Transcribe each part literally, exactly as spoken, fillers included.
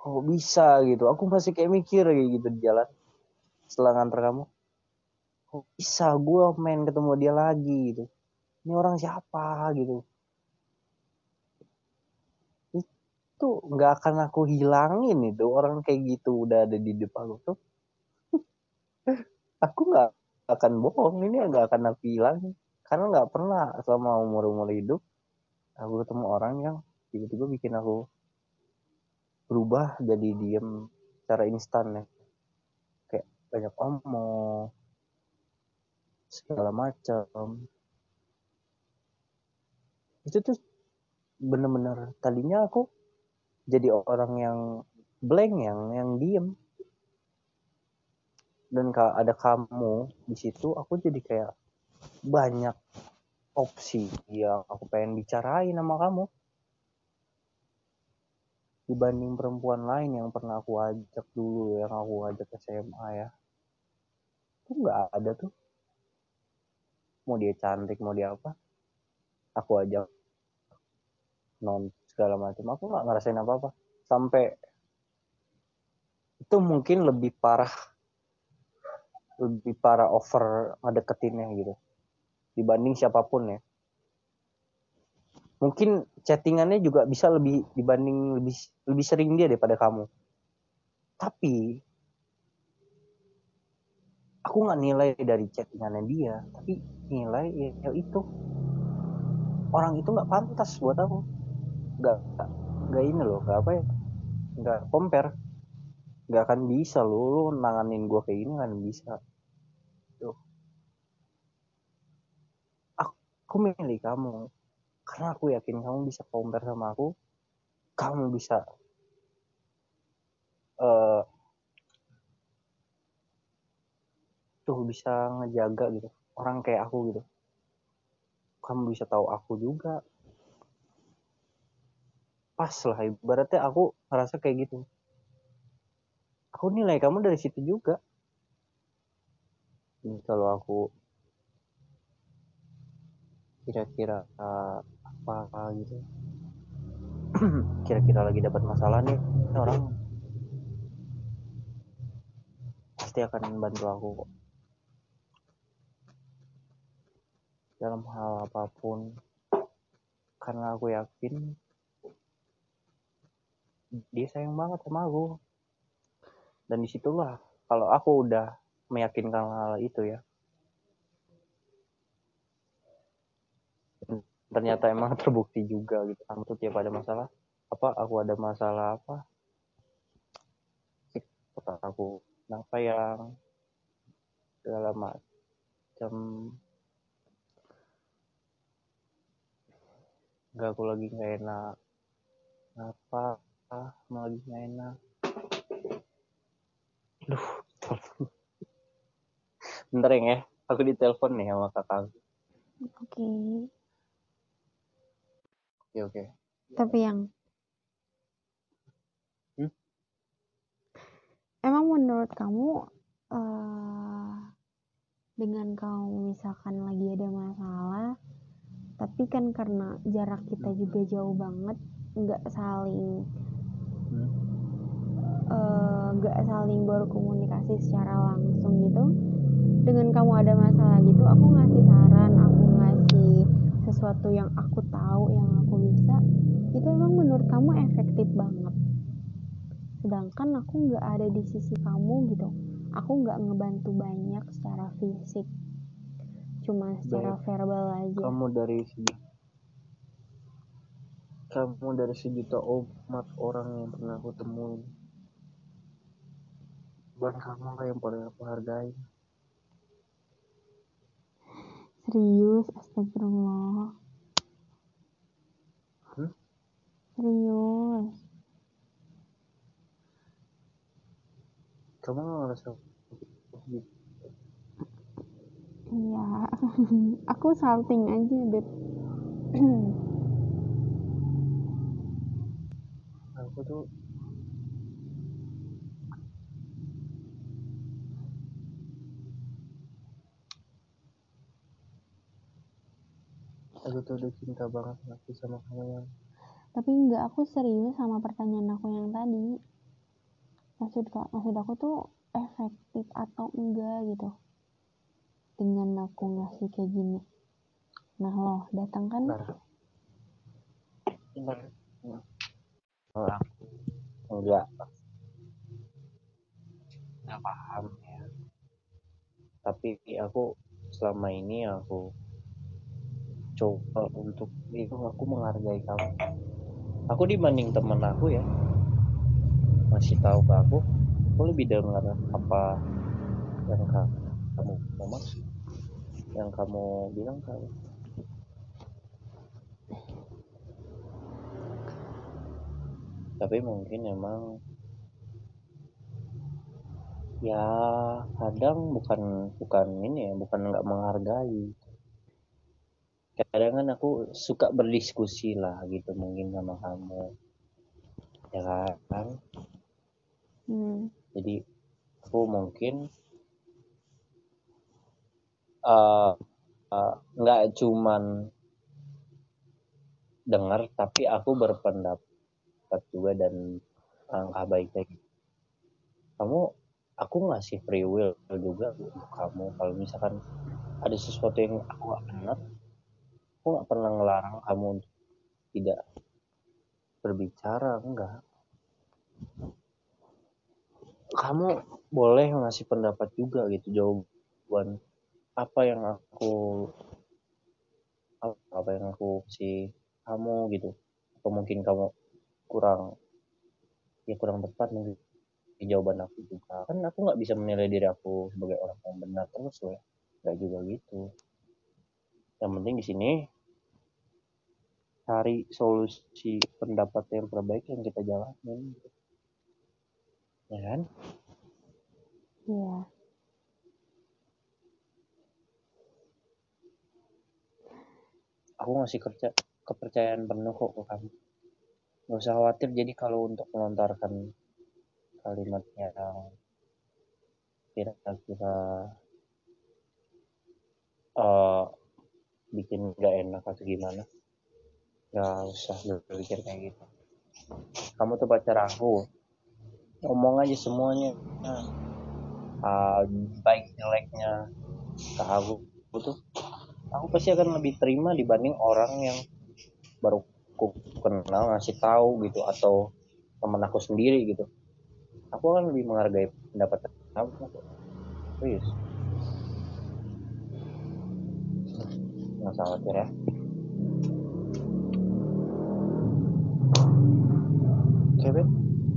kok bisa gitu. Aku masih kayak mikir kayak gitu di jalan setelah nganter kamu. Kok bisa gue main ketemu dia lagi gitu. Ini orang siapa gitu. Itu nggak akan aku hilangin itu orang kayak gitu udah ada di depan aku tuh. Aku nggak akan bohong, ini nggak akan aku hilangin. Karena nggak pernah selama umur-umur hidup aku ketemu orang yang tiba-tiba bikin aku berubah jadi diem secara instan ya. Kayak banyak omong, segala macam. Itu tuh bener-bener tadinya aku jadi orang yang blank, yang yang diem. Dan kalau ada kamu di situ, aku jadi kayak banyak opsi yang aku pengen bicarain sama kamu dibanding perempuan lain yang pernah aku ajak dulu, yang aku ajak ke S M A ya. Itu nggak ada tuh. Mau dia cantik, mau dia apa, aku ajak non segala macam. Aku nggak ngerasain apa-apa. Sampai itu mungkin lebih parah, lebih parah over ngedeketinnya gitu dibanding siapapun ya. Mungkin chattingannya juga bisa lebih dibanding lebih lebih sering dia daripada kamu. Tapi aku nggak nilai dari chattingannya dia, tapi nilai ya, ya itu orang itu nggak pantas buat aku. Nggak nggak ini loh, nggak apa ya, nggak compare, nggak akan bisa lo lo nanganin gue kayak gini kan bisa. Tuh. Aku, aku milih kamu karena aku yakin kamu bisa compare sama aku, kamu bisa uh, tuh bisa ngejaga gitu orang kayak aku gitu. Kamu bisa tahu aku juga, pas lah ibaratnya aku ngerasa kayak gitu. Aku nilai kamu dari situ juga. Jadi kalau aku kira-kira uh, apa gitu, kira-kira lagi dapat masalah nih orang, pasti akan bantu aku kok dalam hal apapun, karena aku yakin dia sayang banget sama aku. Dan disitulah kalau aku udah meyakinkan hal itu ya, ternyata emang terbukti juga gitu, kamu tuh tiap ada masalah apa, aku ada masalah apa, kata aku kenapa yang segala macam, nggak, aku lagi nggak enak apa, mau lagi nggak enak. Duh, bentar ya, aku ditelepon nih sama kakak. Oke. Okay. Oke oke. Tapi yang Hmm? emang menurut kamu uh, dengan kamu misalkan lagi ada masalah, tapi kan karena jarak kita juga jauh banget, nggak saling nggak uh, saling berkomunikasi secara langsung gitu. Dengan kamu ada masalah gitu, aku ngasih saran, aku ngasih sesuatu yang aku tahu, yang aku bisa, itu emang menurut kamu efektif banget. Sedangkan aku nggak ada di sisi kamu gitu, aku nggak ngebantu banyak secara fisik, cuma secara Baik, verbal aja. kamu dari kamu dari sejuta umat orang yang pernah aku temuin, bukan kamu lah yang paling aku hargai. Serius, astagfirullah. Hmm? Serius. Kamu nggak ngerasa gitu? Iya. Aku salting aja, Beb. Aku tuh aku tuh udah cinta banget lagi sama kamu yang. Tapi enggak, aku serius sama pertanyaan aku yang tadi. maksud kak maksud aku tuh efektif atau enggak gitu dengan aku ngasih kayak gini. Nah lo datang kan. Benar. Benar. Nah, enggak enggak paham ya, tapi aku selama ini aku coba untuk itu aku menghargai kamu. Aku dibanding temen aku ya masih tahu ke aku aku lebih dengar apa yang kamu mau maksud, yang kamu bilang ke aku. Tapi mungkin emang ya kadang bukan bukan ini ya, bukan nggak menghargai. Kadang kan aku suka berdiskusi lah gitu mungkin sama kamu, ya kan? hmm. Jadi aku mungkin uh, uh, nggak cuman dengar, tapi aku berpendapat juga dan langkah baiknya. Kamu, aku ngasih free will juga untuk kamu. Kalau misalkan ada sesuatu yang aku nggak benar, aku nggak pernah ngelarang kamu untuk tidak berbicara, enggak. Kamu boleh ngasih pendapat juga gitu, jawaban apa yang aku apa yang aku kasih kamu gitu, atau mungkin kamu kurang ya kurang tepat mungkin jawaban aku juga, kan aku nggak bisa menilai diri aku sebagai orang yang benar terus loh ya, nggak juga gitu. Yang penting di sini cari solusi pendapat yang terbaik yang kita jalanin, ya kan? Iya. Aku ngasih kerja kepercayaan penuh kok ke kamu, nggak usah khawatir. Jadi kalau untuk melontarkan kalimat yang kira-kira uh, bikin nggak enak atau gimana, nggak usah berpikir kayak gitu. Kamu tuh pacar aku, ngomong aja semuanya, uh, baik jeleknya ke aku tuh, aku pasti akan lebih terima dibanding orang yang baru aku kenal ngasih tahu gitu, atau temen aku sendiri gitu. Aku akan lebih menghargai pendapat kamu, serius, nggak usah khawatir ya. Oke, Ben.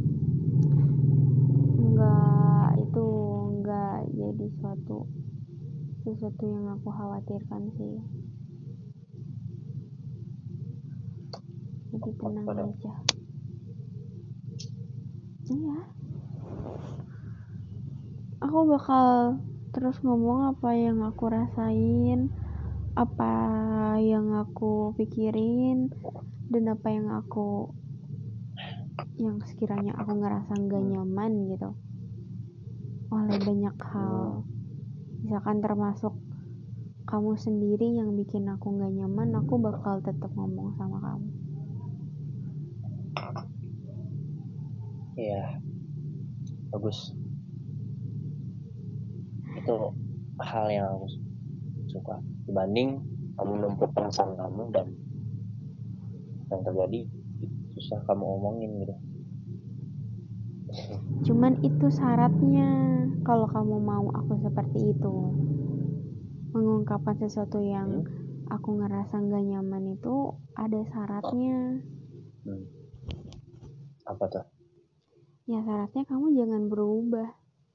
Enggak, itu enggak jadi suatu sesuatu yang aku khawatirkan sih. Jadi tenang Pada aja. Iya, aku bakal terus ngomong apa yang aku rasain, apa yang aku pikirin, dan apa yang aku yang sekiranya aku ngerasa nggak nyaman gitu oleh banyak hal, misalkan termasuk kamu sendiri yang bikin aku nggak nyaman, aku bakal tetap ngomong sama kamu. Iya, bagus. Itu hal yang aku suka dibanding kamu numpuk perasaan kamu dan yang terjadi susah kamu omongin gitu. Cuman itu syaratnya, kalau kamu mau aku seperti itu, mengungkapkan sesuatu yang hmm? aku ngerasa nggak nyaman itu ada syaratnya. Hmm. Apa tuh? Ya syaratnya kamu jangan berubah.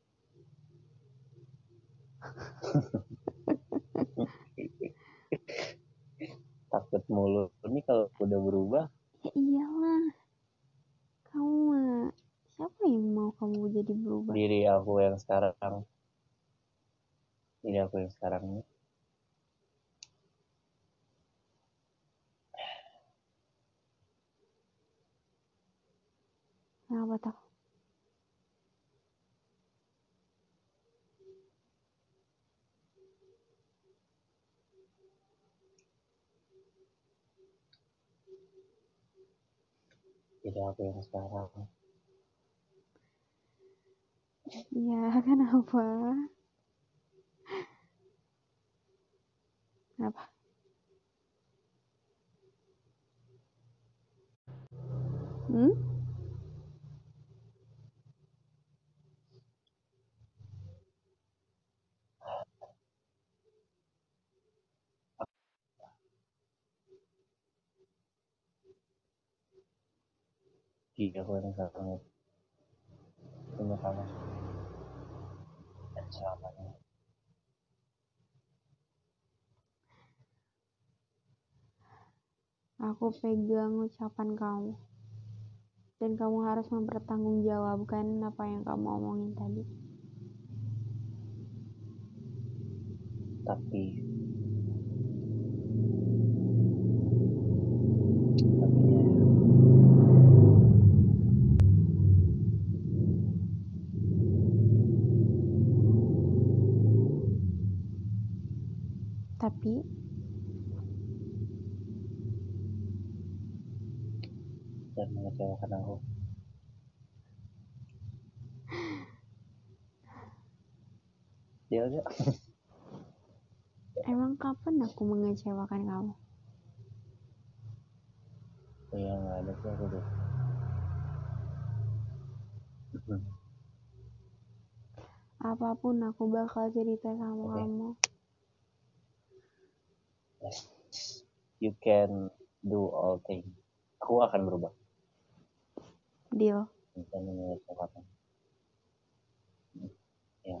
Takut mulu ini kalau udah berubah. Ya iyalah, kamu mah siapa yang mau kamu jadi berubah? Diri aku yang sekarang, diri aku yang sekarang ini Kenapa tak? diri aku yang sekarang Iya, kenapa? Kenapa? Hmm? Jika aku yang sangat punya kamu dan selamanya. Aku pegang ucapan kamu. Dan kamu harus mempertanggungjawabkan apa yang kamu omongin tadi. Tapi tapi ya, Tapi dan mengecewakan aku. Dia aja. emang kapan aku mengecewakan kamu? Ya nggak ada sih aku tuh. Apapun aku bakal cerita sama Oke. kamu. Yes. You can do all things. Aku akan berubah. Deal. Dan mengecewakan. Ya.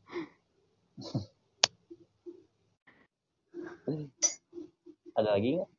Ada lagi nggak?